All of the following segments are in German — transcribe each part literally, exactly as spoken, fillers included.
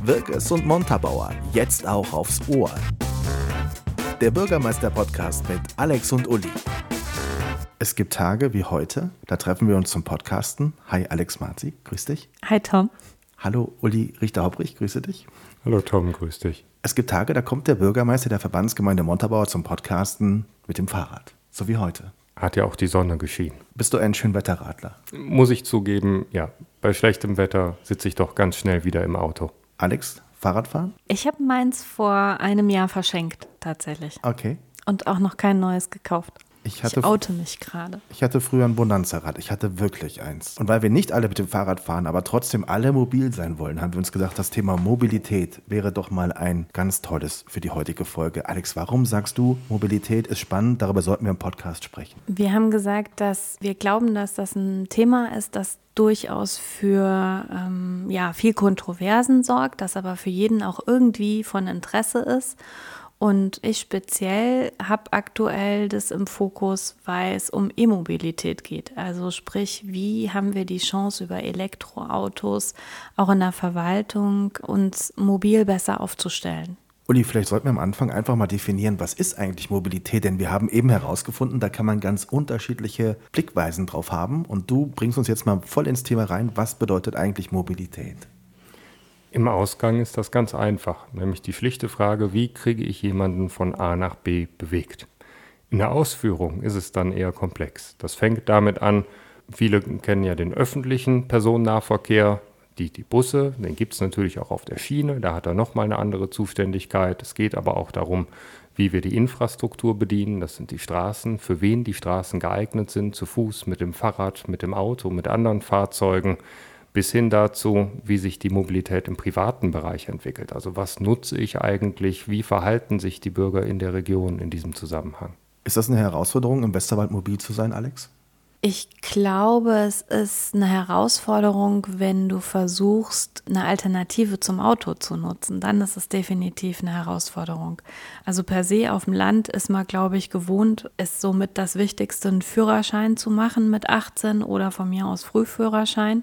Wirges und Montabaur, jetzt auch aufs Ohr. Der Bürgermeister-Podcast mit Alex und Uli. Es gibt Tage wie heute, da treffen wir uns zum Podcasten. Hi Alex Marzi, grüß dich. Hi Tom. Hallo Uli Richter-Haubrich, grüße dich. Hallo Tom, grüß dich. Es gibt Tage, da kommt der Bürgermeister der Verbandsgemeinde Montabaur zum Podcasten mit dem Fahrrad, so wie heute. Hat ja auch die Sonne geschienen. Bist du ein Schönwetterradler? Muss ich zugeben, ja. Bei schlechtem Wetter sitze ich doch ganz schnell wieder im Auto. Alex, Fahrradfahren? Ich habe meins vor einem Jahr verschenkt, tatsächlich. Okay. Und auch noch kein neues gekauft. Ich, hatte, ich oute mich gerade. Ich hatte früher ein Bonanza-Rad. Ich hatte wirklich eins. Und weil wir nicht alle mit dem Fahrrad fahren, aber trotzdem alle mobil sein wollen, haben wir uns gedacht, das Thema Mobilität wäre doch mal ein ganz tolles für die heutige Folge. Alex, warum sagst du, Mobilität ist spannend, darüber sollten wir im Podcast sprechen? Wir haben gesagt, dass wir glauben, dass das ein Thema ist, das durchaus für ähm, ja, viel Kontroversen sorgt, das aber für jeden auch irgendwie von Interesse ist. Und ich speziell habe aktuell das im Fokus, weil es um E-Mobilität geht. Also sprich, wie haben wir die Chance, über Elektroautos auch in der Verwaltung uns mobil besser aufzustellen? Uli, vielleicht sollten wir am Anfang einfach mal definieren, was ist eigentlich Mobilität? Denn wir haben eben herausgefunden, da kann man ganz unterschiedliche Blickweisen drauf haben. Und du bringst uns jetzt mal voll ins Thema rein. Was bedeutet eigentlich Mobilität? Im Ausgang ist das ganz einfach, nämlich die schlichte Frage, wie kriege ich jemanden von A nach B bewegt? In der Ausführung ist es dann eher komplex. Das fängt damit an, viele kennen ja den öffentlichen Personennahverkehr, die, die Busse, den gibt es natürlich auch auf der Schiene, da hat er nochmal eine andere Zuständigkeit. Es geht aber auch darum, wie wir die Infrastruktur bedienen, das sind die Straßen, für wen die Straßen geeignet sind, zu Fuß, mit dem Fahrrad, mit dem Auto, mit anderen Fahrzeugen, bis hin dazu, wie sich die Mobilität im privaten Bereich entwickelt. Also was nutze ich eigentlich, wie verhalten sich die Bürger in der Region in diesem Zusammenhang? Ist das eine Herausforderung, im Westerwald mobil zu sein, Alex? Ich glaube, es ist eine Herausforderung, wenn du versuchst, eine Alternative zum Auto zu nutzen. Dann ist es definitiv eine Herausforderung. Also per se auf dem Land ist man, glaube ich, gewohnt, ist somit das Wichtigste, einen Führerschein zu machen mit achtzehn oder von mir aus Frühführerschein,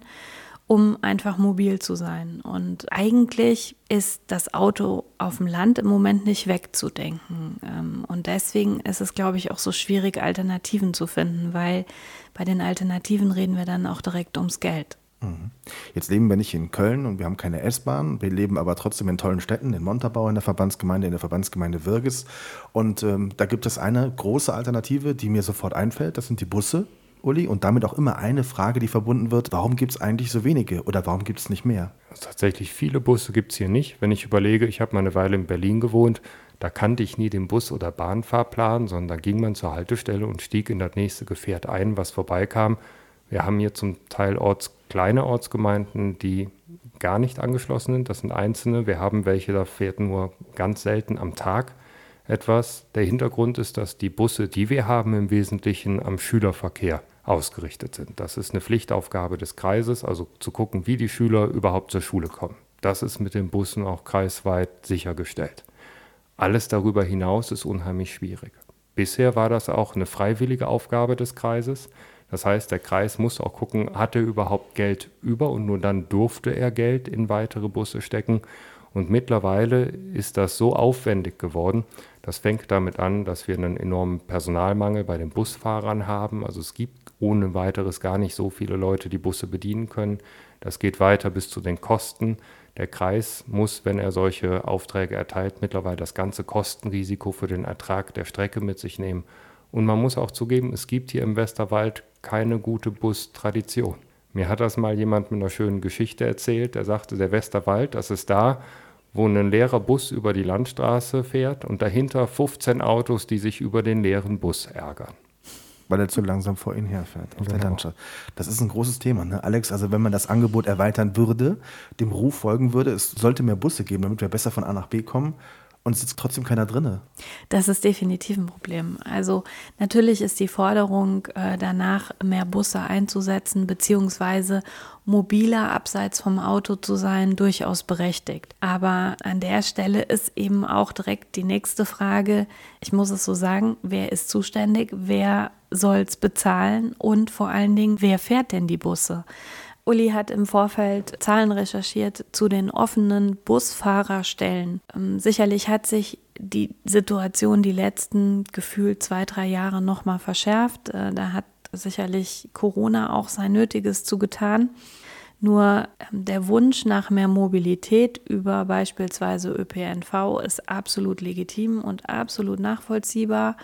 um einfach mobil zu sein. Und eigentlich ist das Auto auf dem Land im Moment nicht wegzudenken. Und deswegen ist es, glaube ich, auch so schwierig, Alternativen zu finden, weil bei den Alternativen reden wir dann auch direkt ums Geld. Jetzt leben wir nicht in Köln und wir haben keine S-Bahn. Wir leben aber trotzdem in tollen Städten, in Montabaur, in der Verbandsgemeinde, in der Verbandsgemeinde Wirges. Und ähm, da gibt es eine große Alternative, die mir sofort einfällt. Das sind die Busse. Uli, und damit auch immer eine Frage, die verbunden wird, warum gibt es eigentlich so wenige oder warum gibt es nicht mehr? Also tatsächlich viele Busse gibt es hier nicht. Wenn ich überlege, ich habe mal eine Weile in Berlin gewohnt, da kannte ich nie den Bus- oder Bahnfahrplan, sondern da ging man zur Haltestelle und stieg in das nächste Gefährt ein, was vorbeikam. Wir haben hier zum Teil Orts, kleine Ortsgemeinden, die gar nicht angeschlossen sind. Das sind einzelne. Wir haben welche, da fährt nur ganz selten am Tag etwas. Der Hintergrund ist, dass die Busse, die wir haben, im Wesentlichen am Schülerverkehr ausgerichtet sind. Das ist eine Pflichtaufgabe des Kreises, also zu gucken, wie die Schüler überhaupt zur Schule kommen. Das ist mit den Bussen auch kreisweit sichergestellt. Alles darüber hinaus ist unheimlich schwierig. Bisher war das auch eine freiwillige Aufgabe des Kreises. Das heißt, der Kreis muss auch gucken, hat er überhaupt Geld über und nur dann durfte er Geld in weitere Busse stecken. Und mittlerweile ist das so aufwendig geworden, das fängt damit an, dass wir einen enormen Personalmangel bei den Busfahrern haben. Also es gibt ohne weiteres gar nicht so viele Leute, die Busse bedienen können. Das geht weiter bis zu den Kosten. Der Kreis muss, wenn er solche Aufträge erteilt, mittlerweile das ganze Kostenrisiko für den Ertrag der Strecke mit sich nehmen. Und man muss auch zugeben, es gibt hier im Westerwald keine gute Bustradition. Mir hat das mal jemand mit einer schönen Geschichte erzählt. Der sagte, der Westerwald, das ist da, wo ein leerer Bus über die Landstraße fährt und dahinter fünfzehn Autos, die sich über den leeren Bus ärgern. Weil er zu langsam vor ihnen herfährt auf Genau. der Landschaft. Das ist ein großes Thema, ne? Alex, also wenn man das Angebot erweitern würde, dem Ruf folgen würde, es sollte mehr Busse geben, damit wir besser von A nach B kommen, und es sitzt trotzdem keiner drinne. Das ist definitiv ein Problem. Also natürlich ist die Forderung äh, danach, mehr Busse einzusetzen, beziehungsweise mobiler abseits vom Auto zu sein, durchaus berechtigt. Aber an der Stelle ist eben auch direkt die nächste Frage, ich muss es so sagen, wer ist zuständig, wer soll es bezahlen und vor allen Dingen, wer fährt denn die Busse? Uli hat im Vorfeld Zahlen recherchiert zu den offenen Busfahrerstellen. Ähm, sicherlich hat sich die Situation die letzten gefühlt zwei, drei Jahre nochmal verschärft. Äh, da hat sicherlich Corona auch sein Nötiges zugetan. Nur ähm, der Wunsch nach mehr Mobilität über beispielsweise Ö P N V ist absolut legitim und absolut nachvollziehbar.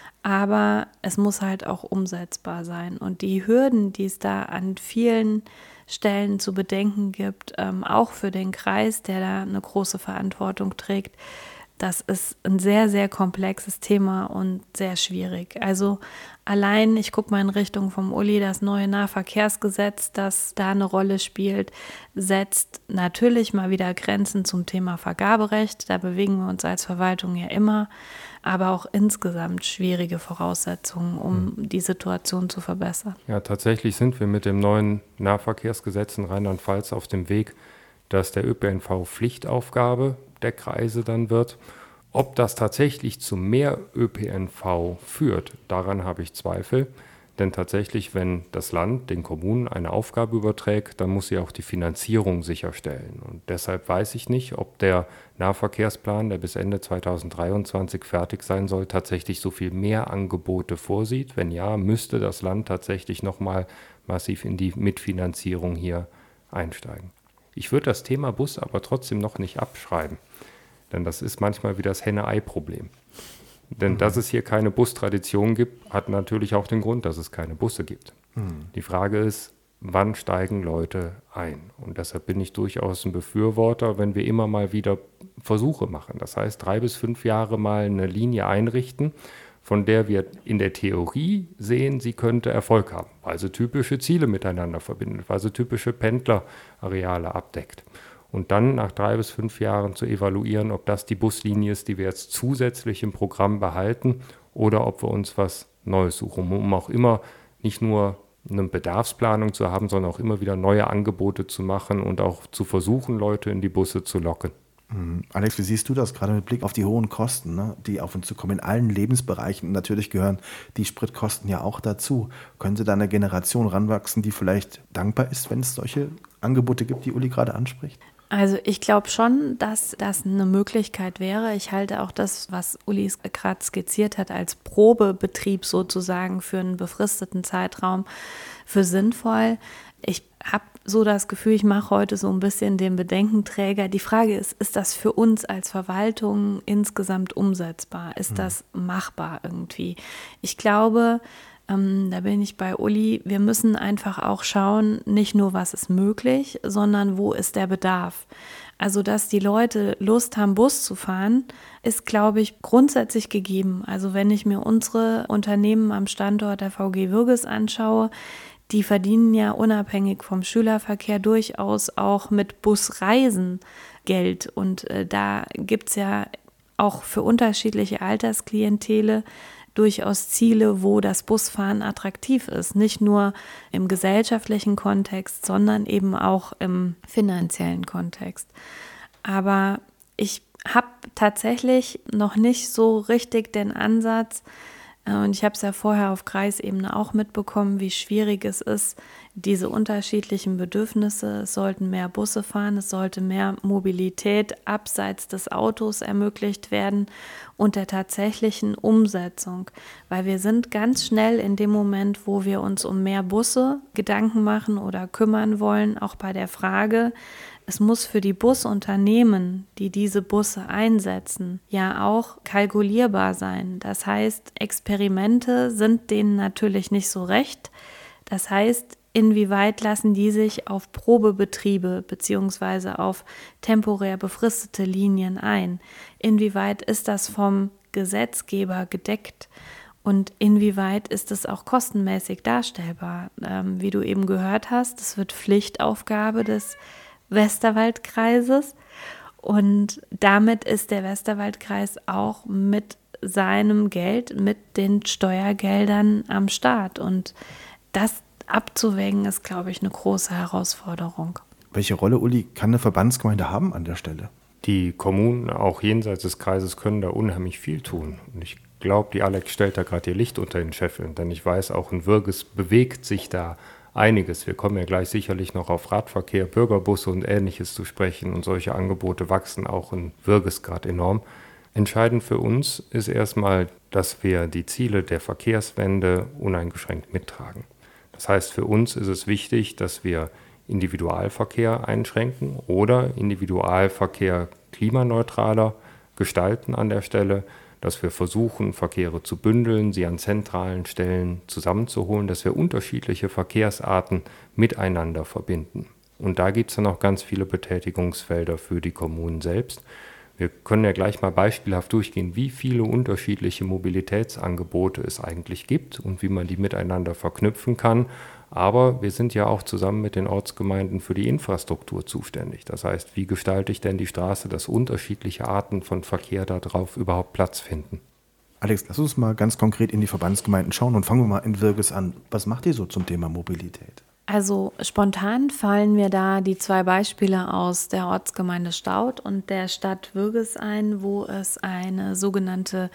Aber es muss halt auch umsetzbar sein. Und die Hürden, die es da an vielen Stellen zu bedenken gibt, ähm, auch für den Kreis, der da eine große Verantwortung trägt, das ist ein sehr, sehr komplexes Thema und sehr schwierig. Also allein, ich gucke mal in Richtung vom Uli, das neue Nahverkehrsgesetz, das da eine Rolle spielt, setzt natürlich mal wieder Grenzen zum Thema Vergaberecht. Da bewegen wir uns als Verwaltung ja immer, aber auch insgesamt schwierige Voraussetzungen, um mhm. die Situation zu verbessern. Ja, tatsächlich sind wir mit dem neuen Nahverkehrsgesetz in Rheinland-Pfalz auf dem Weg, dass der Ö P N V Pflichtaufgabe der Kreise dann wird. Ob das tatsächlich zu mehr Ö P N V führt, daran habe ich Zweifel. Denn tatsächlich, wenn das Land den Kommunen eine Aufgabe überträgt, dann muss sie auch die Finanzierung sicherstellen. Und deshalb weiß ich nicht, ob der Nahverkehrsplan, der bis Ende zweitausenddreiundzwanzig fertig sein soll, tatsächlich so viel mehr Angebote vorsieht. Wenn ja, müsste das Land tatsächlich nochmal massiv in die Mitfinanzierung hier einsteigen. Ich würde das Thema Bus aber trotzdem noch nicht abschreiben, denn das ist manchmal wie das Henne-Ei-Problem. Denn mhm. dass es hier keine Bustradition gibt, hat natürlich auch den Grund, dass es keine Busse gibt. Mhm. Die Frage ist, wann steigen Leute ein? Und deshalb bin ich durchaus ein Befürworter, wenn wir immer mal wieder Versuche machen. Das heißt, drei bis fünf Jahre mal eine Linie einrichten, von der wir in der Theorie sehen, sie könnte Erfolg haben, weil sie typische Ziele miteinander verbindet, weil sie typische Pendlerareale abdeckt. Und dann nach drei bis fünf Jahren zu evaluieren, ob das die Buslinie ist, die wir jetzt zusätzlich im Programm behalten oder ob wir uns was Neues suchen, um auch immer nicht nur eine Bedarfsplanung zu haben, sondern auch immer wieder neue Angebote zu machen und auch zu versuchen, Leute in die Busse zu locken. Alex, wie siehst du das gerade mit Blick auf die hohen Kosten, ne, die auf uns zukommen in allen Lebensbereichen? Und natürlich gehören die Spritkosten ja auch dazu. Könnte da eine Generation ranwachsen, die vielleicht dankbar ist, wenn es solche Angebote gibt, die Uli gerade anspricht? Also ich glaube schon, dass das eine Möglichkeit wäre. Ich halte auch das, was Uli gerade skizziert hat, als Probebetrieb sozusagen für einen befristeten Zeitraum für sinnvoll. Ich habe so das Gefühl, ich mache heute so ein bisschen den Bedenkenträger. Die Frage ist, ist das für uns als Verwaltung insgesamt umsetzbar? Ist das machbar irgendwie? Ich glaube, ähm, da bin ich bei Uli, wir müssen einfach auch schauen, nicht nur, was ist möglich, sondern wo ist der Bedarf? Also, dass die Leute Lust haben, Bus zu fahren, ist, glaube ich, grundsätzlich gegeben. Also, wenn ich mir unsere Unternehmen am Standort der V G Würges anschaue, die verdienen ja unabhängig vom Schülerverkehr durchaus auch mit Busreisen Geld. Und äh, da gibt es ja auch für unterschiedliche Altersklientele durchaus Ziele, wo das Busfahren attraktiv ist. Nicht nur im gesellschaftlichen Kontext, sondern eben auch im finanziellen Kontext. Aber ich habe tatsächlich noch nicht so richtig den Ansatz, und ich habe es ja vorher auf Kreisebene auch mitbekommen, wie schwierig es ist, diese unterschiedlichen Bedürfnisse. Es sollten mehr Busse fahren, es sollte mehr Mobilität abseits des Autos ermöglicht werden und der tatsächlichen Umsetzung. Weil wir sind ganz schnell in dem Moment, wo wir uns um mehr Busse Gedanken machen oder kümmern wollen, auch bei der Frage, es muss für die Busunternehmen, die diese Busse einsetzen, ja auch kalkulierbar sein. Das heißt, Experimente sind denen natürlich nicht so recht. Das heißt, inwieweit lassen die sich auf Probebetriebe bzw. auf temporär befristete Linien ein? Inwieweit ist das vom Gesetzgeber gedeckt? Und inwieweit ist es auch kostenmäßig darstellbar? Ähm, wie du eben gehört hast, es wird Pflichtaufgabe des Westerwaldkreises und damit ist der Westerwaldkreis auch mit seinem Geld, mit den Steuergeldern am Start und das abzuwägen ist, glaube ich, eine große Herausforderung. Welche Rolle, Uli, kann eine Verbandsgemeinde haben an der Stelle? Die Kommunen, auch jenseits des Kreises, können da unheimlich viel tun und ich glaube, die Alex stellt da gerade ihr Licht unter den Scheffeln, denn ich weiß, auch in Würges bewegt sich da einiges. Wir kommen ja gleich sicherlich noch auf Radverkehr, Bürgerbusse und Ähnliches zu sprechen. Und solche Angebote wachsen auch in Würges gerade enorm. Entscheidend für uns ist erstmal, dass wir die Ziele der Verkehrswende uneingeschränkt mittragen. Das heißt, für uns ist es wichtig, dass wir Individualverkehr einschränken oder Individualverkehr klimaneutraler gestalten an der Stelle, dass wir versuchen, Verkehre zu bündeln, sie an zentralen Stellen zusammenzuholen, dass wir unterschiedliche Verkehrsarten miteinander verbinden. Und da gibt es dann auch ganz viele Betätigungsfelder für die Kommunen selbst. Wir können ja gleich mal beispielhaft durchgehen, wie viele unterschiedliche Mobilitätsangebote es eigentlich gibt und wie man die miteinander verknüpfen kann. Aber wir sind ja auch zusammen mit den Ortsgemeinden für die Infrastruktur zuständig. Das heißt, wie gestalte ich denn die Straße, dass unterschiedliche Arten von Verkehr darauf überhaupt Platz finden? Alex, lass uns mal ganz konkret in die Verbandsgemeinden schauen und fangen wir mal in Würges an. Was macht ihr so zum Thema Mobilität? Also spontan fallen mir da die zwei Beispiele aus der Ortsgemeinde Staudt und der Stadt Würges ein, wo es eine sogenannte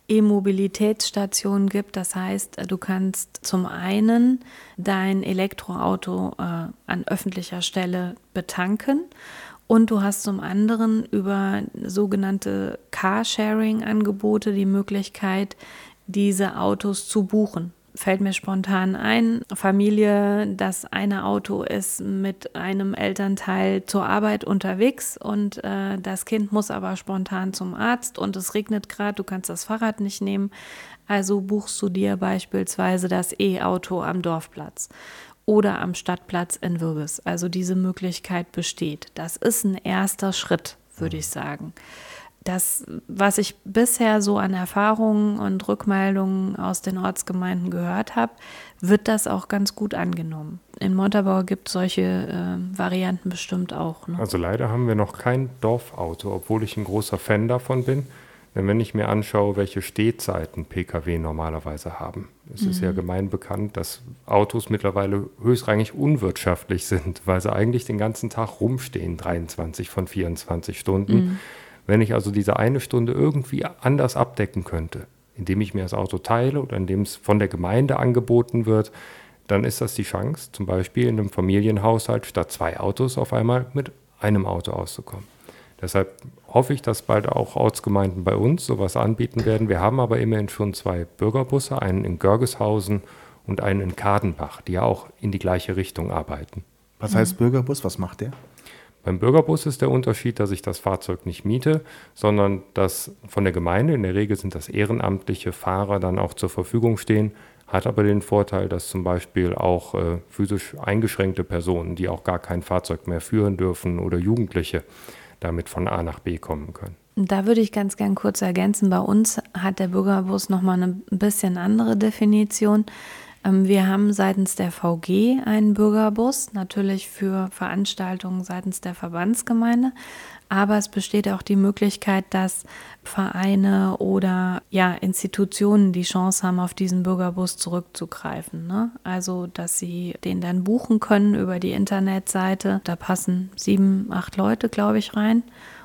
E-Mobilitätsstation gibt. Das heißt, du kannst zum einen dein Elektroauto äh, an öffentlicher Stelle betanken und du hast zum anderen über sogenannte Carsharing-Angebote die Möglichkeit, diese Autos zu buchen. Fällt mir spontan ein, Familie, das eine Auto ist mit einem Elternteil zur Arbeit unterwegs und äh, das Kind muss aber spontan zum Arzt und es regnet gerade, du kannst das Fahrrad nicht nehmen, also buchst du dir beispielsweise das E-Auto am Dorfplatz oder am Stadtplatz in Würges. Also diese Möglichkeit besteht. Das ist ein erster Schritt, würde ich sagen. Das, was ich bisher so an Erfahrungen und Rückmeldungen aus den Ortsgemeinden gehört habe, wird das auch ganz gut angenommen. In Montabaur gibt es solche äh, Varianten bestimmt auch. Ne? Also leider haben wir noch kein Dorfauto, obwohl ich ein großer Fan davon bin. Denn wenn ich mir anschaue, welche Stehzeiten P K W normalerweise haben, es mhm. ist ja gemein bekannt, dass Autos mittlerweile höchstrangig unwirtschaftlich sind, weil sie eigentlich den ganzen Tag rumstehen, dreiundzwanzig von vierundzwanzig Stunden. Mhm. Wenn ich also diese eine Stunde irgendwie anders abdecken könnte, indem ich mir das Auto teile oder indem es von der Gemeinde angeboten wird, dann ist das die Chance, zum Beispiel in einem Familienhaushalt statt zwei Autos auf einmal mit einem Auto auszukommen. Deshalb hoffe ich, dass bald auch Ortsgemeinden bei uns sowas anbieten werden. Wir haben aber immerhin schon zwei Bürgerbusse, einen in Görgeshausen und einen in Kadenbach, die ja auch in die gleiche Richtung arbeiten. Was heißt Bürgerbus? Was macht der? Beim Bürgerbus ist der Unterschied, dass ich das Fahrzeug nicht miete, sondern dass von der Gemeinde, in der Regel sind das ehrenamtliche Fahrer, dann auch zur Verfügung stehen, hat aber den Vorteil, dass zum Beispiel auch äh, physisch eingeschränkte Personen, die auch gar kein Fahrzeug mehr führen dürfen oder Jugendliche, damit von A nach B kommen können. Da würde ich ganz gern kurz ergänzen, bei uns hat der Bürgerbus nochmal eine bisschen andere Definition. Wir haben seitens der V G einen Bürgerbus, natürlich für Veranstaltungen seitens der Verbandsgemeinde, aber es besteht auch die Möglichkeit, dass Vereine oder ja, Institutionen die Chance haben, auf diesen Bürgerbus zurückzugreifen. Ne? Also, dass sie den dann buchen können über die Internetseite. Da passen sieben, acht Leute, glaube ich, rein.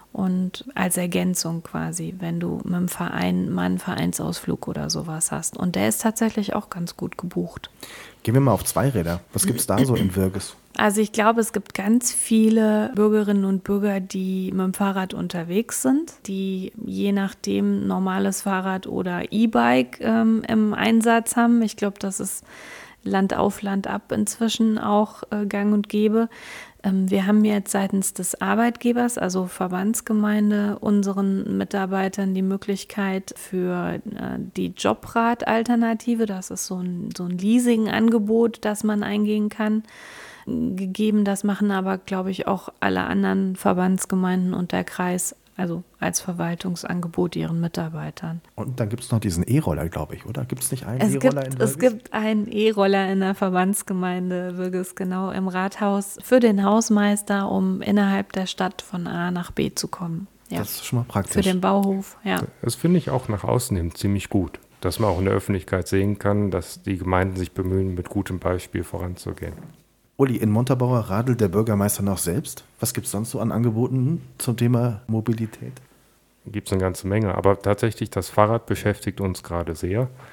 Und als Ergänzung quasi, wenn du mit dem Verein mal einen Vereinsausflug oder sowas hast. Und der ist tatsächlich auch ganz gut gebucht. Gehen wir mal auf Zweiräder. Was gibt es da so in Würges? Also ich glaube, es gibt ganz viele Bürgerinnen und Bürger, die mit dem Fahrrad unterwegs sind, die je nachdem normales Fahrrad oder E-Bike ähm, im Einsatz haben. Ich glaube, das ist Land auf, Land ab inzwischen auch äh, gang und gäbe. Ähm, wir haben jetzt seitens des Arbeitgebers, also Verbandsgemeinde, unseren Mitarbeitern die Möglichkeit für äh, die Jobrad-Alternative, das ist so ein, so ein Leasing-Angebot, das man eingehen kann, gegeben. Das machen aber, glaube ich, auch alle anderen Verbandsgemeinden und der Kreis, also als Verwaltungsangebot ihren Mitarbeitern. Und dann gibt es noch diesen E-Roller, glaube ich, oder? Gibt es nicht einen es E-Roller gibt, in Würges? Es gibt einen E-Roller in der Verbandsgemeinde Würges, genau im Rathaus, für den Hausmeister, um innerhalb der Stadt von A nach B zu kommen. Ja. Das ist schon mal praktisch. Für den Bauhof, ja. Das finde ich auch nach außen hin ziemlich gut, dass man auch in der Öffentlichkeit sehen kann, dass die Gemeinden sich bemühen, mit gutem Beispiel voranzugehen. Uli, in Montabaur radelt der Bürgermeister noch selbst. Was gibt es sonst so an Angeboten zum Thema Mobilität? Gibt es eine ganze Menge, aber tatsächlich das Fahrrad beschäftigt uns gerade sehr.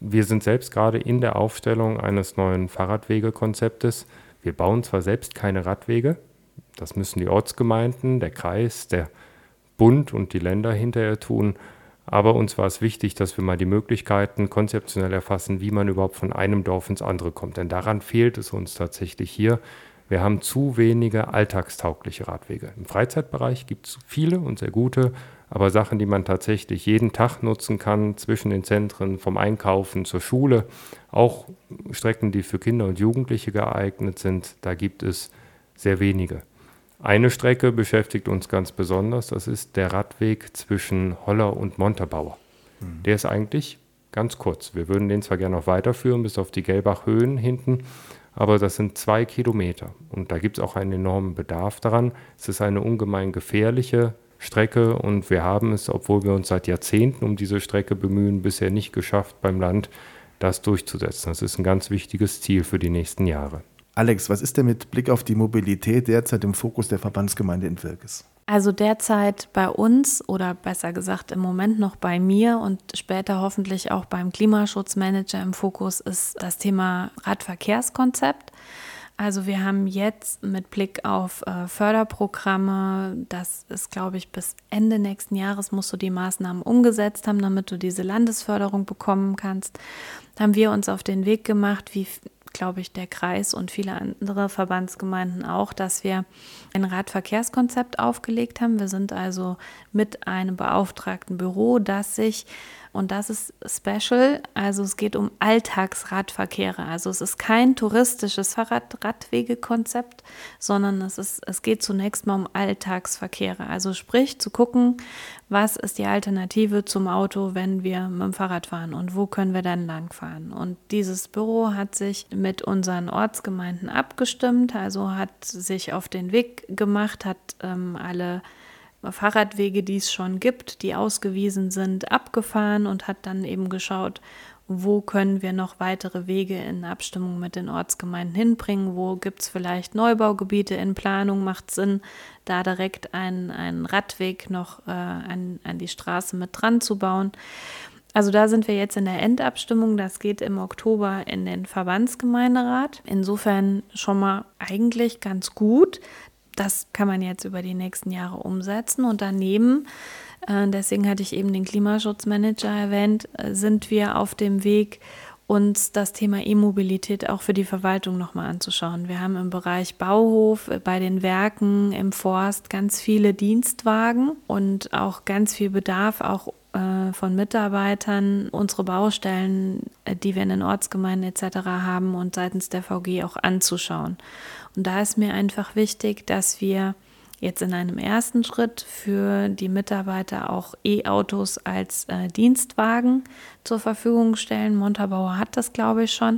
Wir sind selbst gerade in der Aufstellung eines neuen Fahrradwegekonzeptes. Wir bauen zwar selbst keine Radwege, das müssen die Ortsgemeinden, der Kreis, der Bund und die Länder hinterher tun, aber uns war es wichtig, dass wir mal die Möglichkeiten konzeptionell erfassen, wie man überhaupt von einem Dorf ins andere kommt. Denn daran fehlt es uns tatsächlich hier. Wir haben zu wenige alltagstaugliche Radwege. Im Freizeitbereich gibt es viele und sehr gute, aber Sachen, die man tatsächlich jeden Tag nutzen kann, zwischen den Zentren, vom Einkaufen zur Schule, auch Strecken, die für Kinder und Jugendliche geeignet sind, da gibt es sehr wenige. Eine Strecke beschäftigt uns ganz besonders, das ist der Radweg zwischen Holler und Montabaur. Mhm. Der ist eigentlich ganz kurz. Wir würden den zwar gerne noch weiterführen bis auf die Gelbach-Höhen hinten, aber das sind zwei Kilometer und da gibt es auch einen enormen Bedarf daran. Es ist eine ungemein gefährliche Strecke und wir haben es, obwohl wir uns seit Jahrzehnten um diese Strecke bemühen, bisher nicht geschafft beim Land, das durchzusetzen. Das ist ein ganz wichtiges Ziel für die nächsten Jahre. Alex, was ist denn mit Blick auf die Mobilität derzeit im Fokus der Verbandsgemeinde in Wilkes? Also derzeit bei uns oder besser gesagt im Moment noch bei mir und später hoffentlich auch beim Klimaschutzmanager im Fokus ist das Thema Radverkehrskonzept. Also wir haben jetzt mit Blick auf äh, Förderprogramme, das ist, glaube ich, bis Ende nächsten Jahres musst du die Maßnahmen umgesetzt haben, damit du diese Landesförderung bekommen kannst, haben wir uns auf den Weg gemacht, wie glaube ich, der Kreis und viele andere Verbandsgemeinden auch, dass wir ein Radverkehrskonzept aufgelegt haben. Wir sind also mit einem beauftragten Büro, das sich, und das ist special, also es geht um Alltagsradverkehre. Also es ist kein touristisches Fahrradradwegekonzept, sondern es ist, es geht zunächst mal um Alltagsverkehre. Also sprich, zu gucken, was ist die Alternative zum Auto, wenn wir mit dem Fahrrad fahren und wo können wir dann langfahren. Und dieses Büro hat sich mit unseren Ortsgemeinden abgestimmt, also hat sich auf den Weg gemacht, hat ähm, alle Fahrradwege, die es schon gibt, die ausgewiesen sind, abgefahren und hat dann eben geschaut, wo können wir noch weitere Wege in Abstimmung mit den Ortsgemeinden hinbringen, wo gibt es vielleicht Neubaugebiete in Planung, macht Sinn, da direkt einen, einen Radweg noch äh, an, an die Straße mit dran zu bauen. Also da sind wir jetzt in der Endabstimmung, das geht im Oktober in den Verbandsgemeinderat. Insofern schon mal eigentlich ganz gut. Das kann man jetzt über die nächsten Jahre umsetzen und daneben, äh, deswegen hatte ich eben den Klimaschutzmanager erwähnt, äh, sind wir auf dem Weg, uns das Thema E-Mobilität auch für die Verwaltung nochmal anzuschauen. Wir haben im Bereich Bauhof, bei den Werken, im Forst ganz viele Dienstwagen und auch ganz viel Bedarf auch äh, von Mitarbeitern, unsere Baustellen, äh, die wir in den Ortsgemeinden et cetera haben und seitens der V G auch anzuschauen. Und da ist mir einfach wichtig, dass wir jetzt in einem ersten Schritt für die Mitarbeiter auch E-Autos als äh, Dienstwagen zur Verfügung stellen. Montabaur hat das, glaube ich, schon.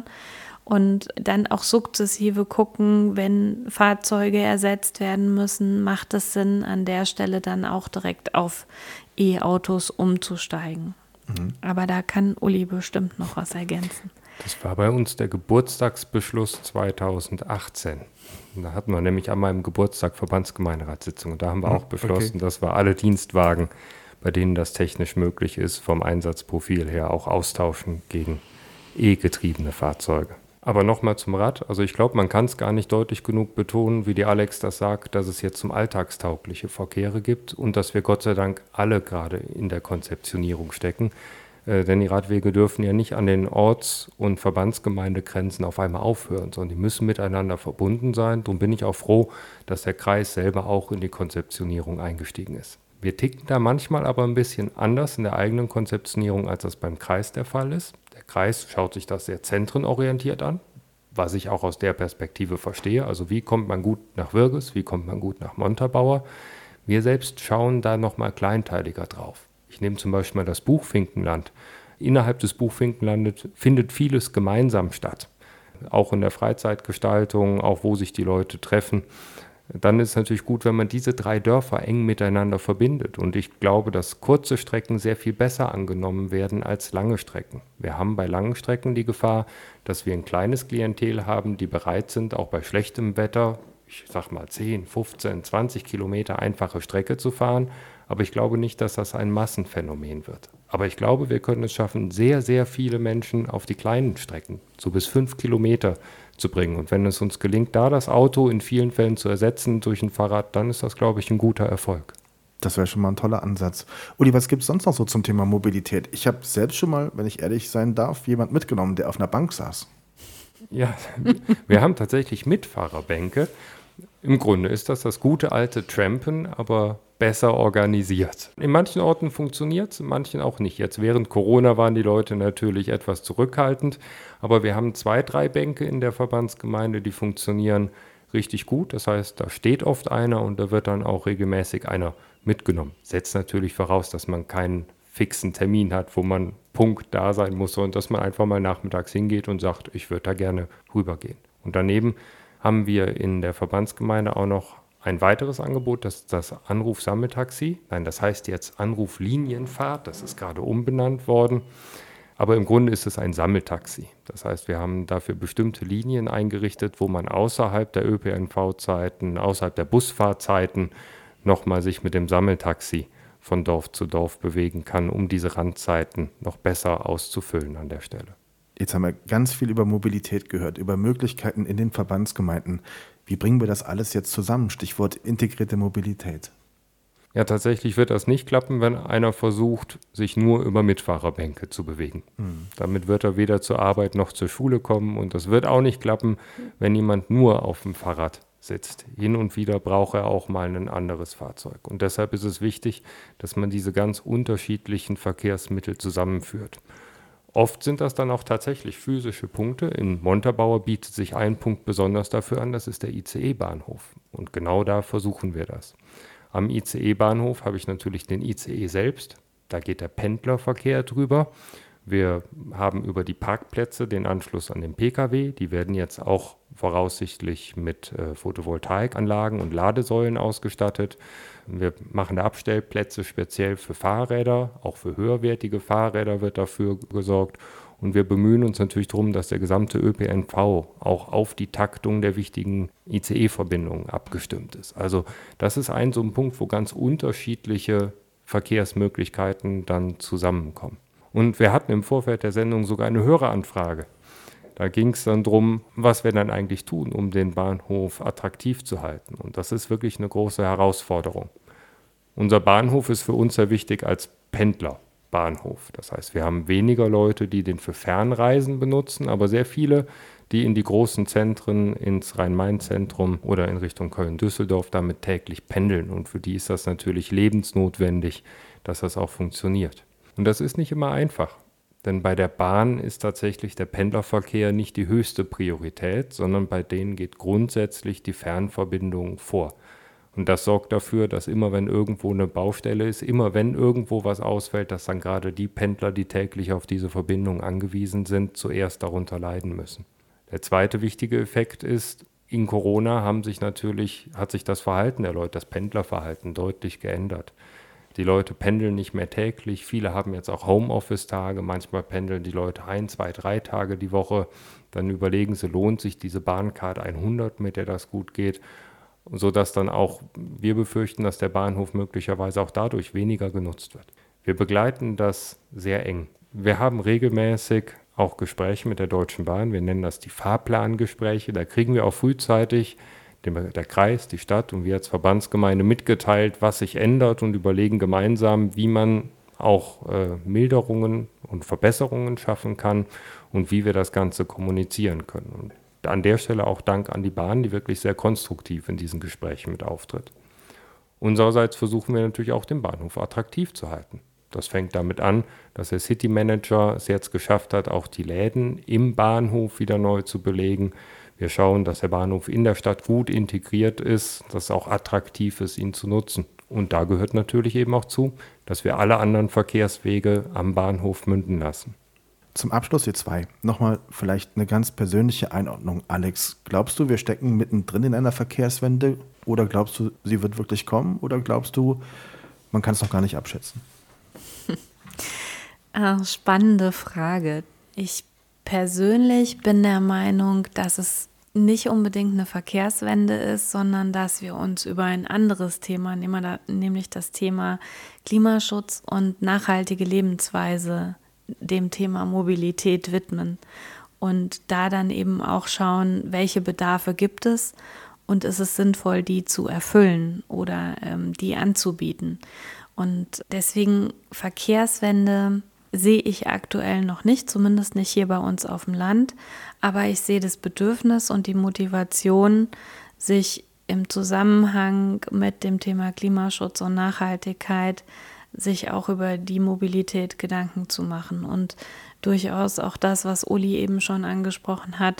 Und dann auch sukzessive gucken, wenn Fahrzeuge ersetzt werden müssen, macht es Sinn, an der Stelle dann auch direkt auf E-Autos umzusteigen. Mhm. Aber da kann Uli bestimmt noch was ergänzen. Das war bei uns der Geburtstagsbeschluss zweitausendachtzehn. Da hatten wir nämlich an meinem Geburtstag Verbandsgemeinderatssitzung. Und da haben wir auch beschlossen, okay, dass wir alle Dienstwagen, bei denen das technisch möglich ist, vom Einsatzprofil her auch austauschen gegen E-getriebene Fahrzeuge. Aber nochmal zum Rad. Also ich glaube, man kann es gar nicht deutlich genug betonen, wie die Alex das sagt, dass es jetzt zum alltagstaugliche Verkehre gibt und dass wir Gott sei Dank alle gerade in der Konzeptionierung stecken. Äh, denn die Radwege dürfen ja nicht an den Orts- und Verbandsgemeindegrenzen auf einmal aufhören, sondern die müssen miteinander verbunden sein. Darum bin ich auch froh, dass der Kreis selber auch in die Konzeptionierung eingestiegen ist. Wir ticken da manchmal aber ein bisschen anders in der eigenen Konzeptionierung, als das beim Kreis der Fall ist. Der Kreis schaut sich das sehr zentrenorientiert an, was ich auch aus der Perspektive verstehe. Also wie kommt man gut nach Wirges, wie kommt man gut nach Montabaur? Wir selbst schauen da nochmal kleinteiliger drauf. Ich nehme zum Beispiel mal das Buchfinkenland. Innerhalb des Buchfinkenlandes findet vieles gemeinsam statt. Auch in der Freizeitgestaltung, auch wo sich die Leute treffen. Dann ist es natürlich gut, wenn man diese drei Dörfer eng miteinander verbindet. Und ich glaube, dass kurze Strecken sehr viel besser angenommen werden als lange Strecken. Wir haben bei langen Strecken die Gefahr, dass wir ein kleines Klientel haben, die bereit sind, auch bei schlechtem Wetter ich sag mal zehn, fünfzehn, zwanzig Kilometer einfache Strecke zu fahren. Aber ich glaube nicht, dass das ein Massenphänomen wird. Aber ich glaube, wir können es schaffen, sehr, sehr viele Menschen auf die kleinen Strecken, so bis fünf Kilometer zu bringen. Und wenn es uns gelingt, da das Auto in vielen Fällen zu ersetzen durch ein Fahrrad, dann ist das, glaube ich, ein guter Erfolg. Das wäre schon mal ein toller Ansatz. Uli, was gibt es sonst noch so zum Thema Mobilität? Ich habe selbst schon mal, wenn ich ehrlich sein darf, jemand mitgenommen, der auf einer Bank saß. Ja, wir haben tatsächlich Mitfahrerbänke. Im Grunde ist das das gute alte Trampen, aber besser organisiert. In manchen Orten funktioniert es, in manchen auch nicht. Jetzt während Corona waren die Leute natürlich etwas zurückhaltend, aber wir haben zwei, drei Bänke in der Verbandsgemeinde, die funktionieren richtig gut. Das heißt, da steht oft einer und da wird dann auch regelmäßig einer mitgenommen. Setzt natürlich voraus, dass man keinen fixen Termin hat, wo man Punkt da sein muss, sondern dass man einfach mal nachmittags hingeht und sagt, ich würde da gerne rübergehen. Und daneben haben wir in der Verbandsgemeinde auch noch ein weiteres Angebot, das ist das Anruf-Sammeltaxi. Nein, das heißt jetzt Anruflinienfahrt, das ist gerade umbenannt worden. Aber im Grunde ist es ein Sammeltaxi. Das heißt, wir haben dafür bestimmte Linien eingerichtet, wo man außerhalb der Ö P N V-Zeiten, außerhalb der Busfahrzeiten nochmal sich mit dem Sammeltaxi von Dorf zu Dorf bewegen kann, um diese Randzeiten noch besser auszufüllen an der Stelle. Jetzt haben wir ganz viel über Mobilität gehört, über Möglichkeiten in den Verbandsgemeinden. Wie bringen wir das alles jetzt zusammen? Stichwort integrierte Mobilität. Ja, tatsächlich wird das nicht klappen, wenn einer versucht, sich nur über Mitfahrerbänke zu bewegen. Hm. Damit wird er weder zur Arbeit noch zur Schule kommen. Und das wird auch nicht klappen, wenn jemand nur auf dem Fahrrad sitzt. Hin und wieder braucht er auch mal ein anderes Fahrzeug. Und deshalb ist es wichtig, dass man diese ganz unterschiedlichen Verkehrsmittel zusammenführt. Oft sind das dann auch tatsächlich physische Punkte. In Montabaur bietet sich ein Punkt besonders dafür an, das ist der I C E-Bahnhof. Und genau da versuchen wir das. Am I C E-Bahnhof habe ich natürlich den I C E selbst. Da geht der Pendlerverkehr drüber. Wir haben über die Parkplätze den Anschluss an den P K W. Die werden jetzt auch voraussichtlich mit äh, Photovoltaikanlagen und Ladesäulen ausgestattet. Wir machen da Abstellplätze speziell für Fahrräder. Auch für höherwertige Fahrräder wird dafür gesorgt. Und wir bemühen uns natürlich darum, dass der gesamte Ö P N V auch auf die Taktung der wichtigen I C E-Verbindungen abgestimmt ist. Also das ist ein so ein Punkt, wo ganz unterschiedliche Verkehrsmöglichkeiten dann zusammenkommen. Und wir hatten im Vorfeld der Sendung sogar eine Höreranfrage. Da ging es dann darum, was wir dann eigentlich tun, um den Bahnhof attraktiv zu halten. Und das ist wirklich eine große Herausforderung. Unser Bahnhof ist für uns sehr wichtig als Pendlerbahnhof. Das heißt, wir haben weniger Leute, die den für Fernreisen benutzen, aber sehr viele, die in die großen Zentren, ins Rhein-Main-Zentrum oder in Richtung Köln-Düsseldorf damit täglich pendeln. Und für die ist das natürlich lebensnotwendig, dass das auch funktioniert. Und das ist nicht immer einfach, denn bei der Bahn ist tatsächlich der Pendlerverkehr nicht die höchste Priorität, sondern bei denen geht grundsätzlich die Fernverbindung vor. Und das sorgt dafür, dass immer wenn irgendwo eine Baustelle ist, immer wenn irgendwo was ausfällt, dass dann gerade die Pendler, die täglich auf diese Verbindung angewiesen sind, zuerst darunter leiden müssen. Der zweite wichtige Effekt ist, in Corona haben sich natürlich, hat sich das Verhalten der Leute, das Pendlerverhalten deutlich geändert. Die Leute pendeln nicht mehr täglich, viele haben jetzt auch Homeoffice-Tage, manchmal pendeln die Leute ein, zwei, drei Tage die Woche. Dann überlegen sie, lohnt sich diese Bahncard hundert, mit der das gut geht, sodass dann auch wir befürchten, dass der Bahnhof möglicherweise auch dadurch weniger genutzt wird. Wir begleiten das sehr eng. Wir haben regelmäßig auch Gespräche mit der Deutschen Bahn, wir nennen das die Fahrplangespräche, da kriegen wir auch frühzeitig der Kreis, die Stadt und wir als Verbandsgemeinde mitgeteilt, was sich ändert und überlegen gemeinsam, wie man auch äh, Milderungen und Verbesserungen schaffen kann und wie wir das Ganze kommunizieren können. Und an der Stelle auch Dank an die Bahn, die wirklich sehr konstruktiv in diesen Gesprächen mit auftritt. Unsererseits versuchen wir natürlich auch, den Bahnhof attraktiv zu halten. Das fängt damit an, dass der City Manager es jetzt geschafft hat, auch die Läden im Bahnhof wieder neu zu belegen. Wir schauen, dass der Bahnhof in der Stadt gut integriert ist, dass es auch attraktiv ist, ihn zu nutzen. Und da gehört natürlich eben auch zu, dass wir alle anderen Verkehrswege am Bahnhof münden lassen. Zum Abschluss, ihr zwei, nochmal vielleicht eine ganz persönliche Einordnung. Alex, glaubst du, wir stecken mittendrin in einer Verkehrswende? Oder glaubst du, sie wird wirklich kommen? Oder glaubst du, man kann es noch gar nicht abschätzen? Spannende Frage. Ich persönlich bin der Meinung, dass es nicht unbedingt eine Verkehrswende ist, sondern dass wir uns über ein anderes Thema, nämlich das Thema Klimaschutz und nachhaltige Lebensweise, dem Thema Mobilität widmen und da dann eben auch schauen, welche Bedarfe gibt es und ist es sinnvoll, die zu erfüllen oder ähm, die anzubieten. Und deswegen Verkehrswende sehe ich aktuell noch nicht, zumindest nicht hier bei uns auf dem Land. Aber ich sehe das Bedürfnis und die Motivation, sich im Zusammenhang mit dem Thema Klimaschutz und Nachhaltigkeit sich auch über die Mobilität Gedanken zu machen und durchaus auch das, was Uli eben schon angesprochen hat,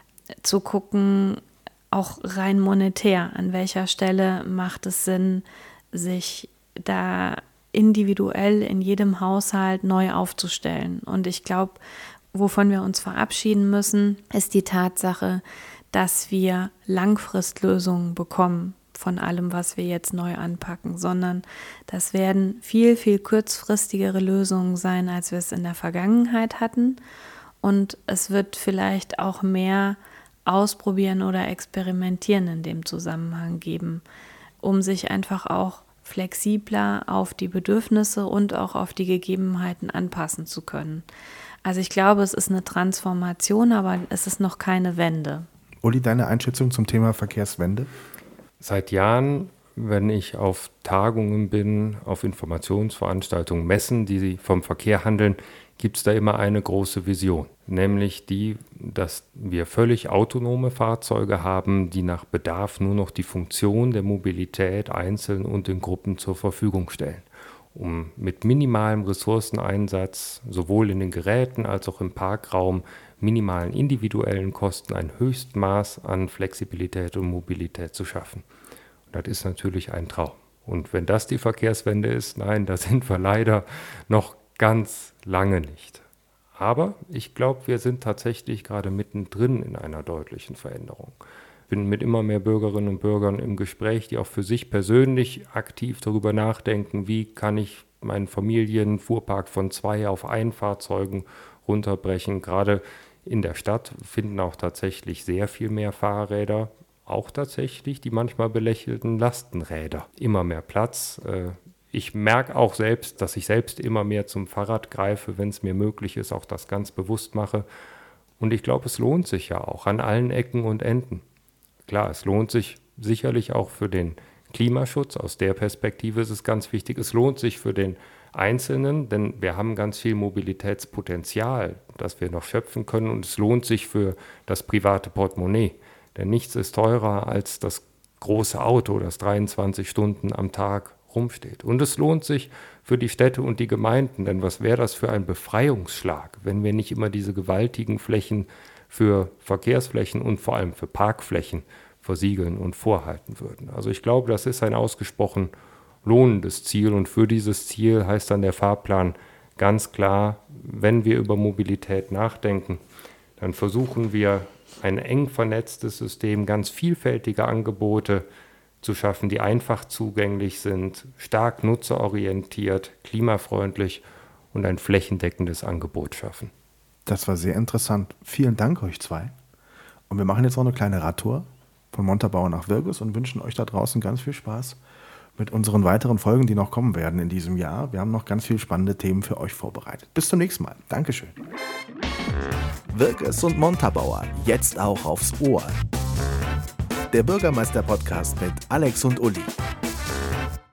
zu gucken, auch rein monetär, an welcher Stelle macht es Sinn, sich da individuell in jedem Haushalt neu aufzustellen. Und ich glaube, wovon wir uns verabschieden müssen, ist die Tatsache, dass wir Langfristlösungen bekommen von allem, was wir jetzt neu anpacken, sondern das werden viel, viel kurzfristigere Lösungen sein, als wir es in der Vergangenheit hatten. Und es wird vielleicht auch mehr Ausprobieren oder Experimentieren in dem Zusammenhang geben, um sich einfach auch flexibler auf die Bedürfnisse und auch auf die Gegebenheiten anpassen zu können. Also ich glaube, es ist eine Transformation, aber es ist noch keine Wende. Uli, deine Einschätzung zum Thema Verkehrswende? Seit Jahren, wenn ich auf Tagungen bin, auf Informationsveranstaltungen, Messen, die vom Verkehr handeln, gibt es da immer eine große Vision, nämlich die, dass wir völlig autonome Fahrzeuge haben, die nach Bedarf nur noch die Funktion der Mobilität einzeln und in Gruppen zur Verfügung stellen, um mit minimalem Ressourceneinsatz sowohl in den Geräten als auch im Parkraum minimalen individuellen Kosten ein Höchstmaß an Flexibilität und Mobilität zu schaffen. Und das ist natürlich ein Traum. Und wenn das die Verkehrswende ist, nein, da sind wir leider noch ganz lange nicht. Aber ich glaube, wir sind tatsächlich gerade mittendrin in einer deutlichen Veränderung. Ich bin mit immer mehr Bürgerinnen und Bürgern im Gespräch, die auch für sich persönlich aktiv darüber nachdenken, wie kann ich meinen Familienfuhrpark von zwei auf ein Fahrzeugen runterbrechen. Gerade in der Stadt finden auch tatsächlich sehr viel mehr Fahrräder, auch tatsächlich die manchmal belächelten Lastenräder. Immer mehr Platz. Ich merke auch selbst, dass ich selbst immer mehr zum Fahrrad greife, wenn es mir möglich ist, auch das ganz bewusst mache. Und ich glaube, es lohnt sich ja auch an allen Ecken und Enden. Klar, es lohnt sich sicherlich auch für den Klimaschutz. Aus der Perspektive ist es ganz wichtig. Es lohnt sich für den Einzelnen, denn wir haben ganz viel Mobilitätspotenzial, das wir noch schöpfen können. Und es lohnt sich für das private Portemonnaie. Denn nichts ist teurer als das große Auto, das dreiundzwanzig Stunden am Tag rumsteht. Und es lohnt sich für die Städte und die Gemeinden, denn was wäre das für ein Befreiungsschlag, wenn wir nicht immer diese gewaltigen Flächen für Verkehrsflächen und vor allem für Parkflächen versiegeln und vorhalten würden. Also ich glaube, das ist ein ausgesprochen lohnendes Ziel und für dieses Ziel heißt dann der Fahrplan ganz klar, wenn wir über Mobilität nachdenken, dann versuchen wir ein eng vernetztes System, ganz vielfältige Angebote zu schaffen, die einfach zugänglich sind, stark nutzerorientiert, klimafreundlich und ein flächendeckendes Angebot schaffen. Das war sehr interessant. Vielen Dank euch zwei. Und wir machen jetzt noch eine kleine Radtour von Montabaur nach Wirgus und wünschen euch da draußen ganz viel Spaß mit unseren weiteren Folgen, die noch kommen werden in diesem Jahr. Wir haben noch ganz viele spannende Themen für euch vorbereitet. Bis zum nächsten Mal. Dankeschön. Wirgus und Montabaur, jetzt auch aufs Ohr. Der Bürgermeister-Podcast mit Alex und Uli.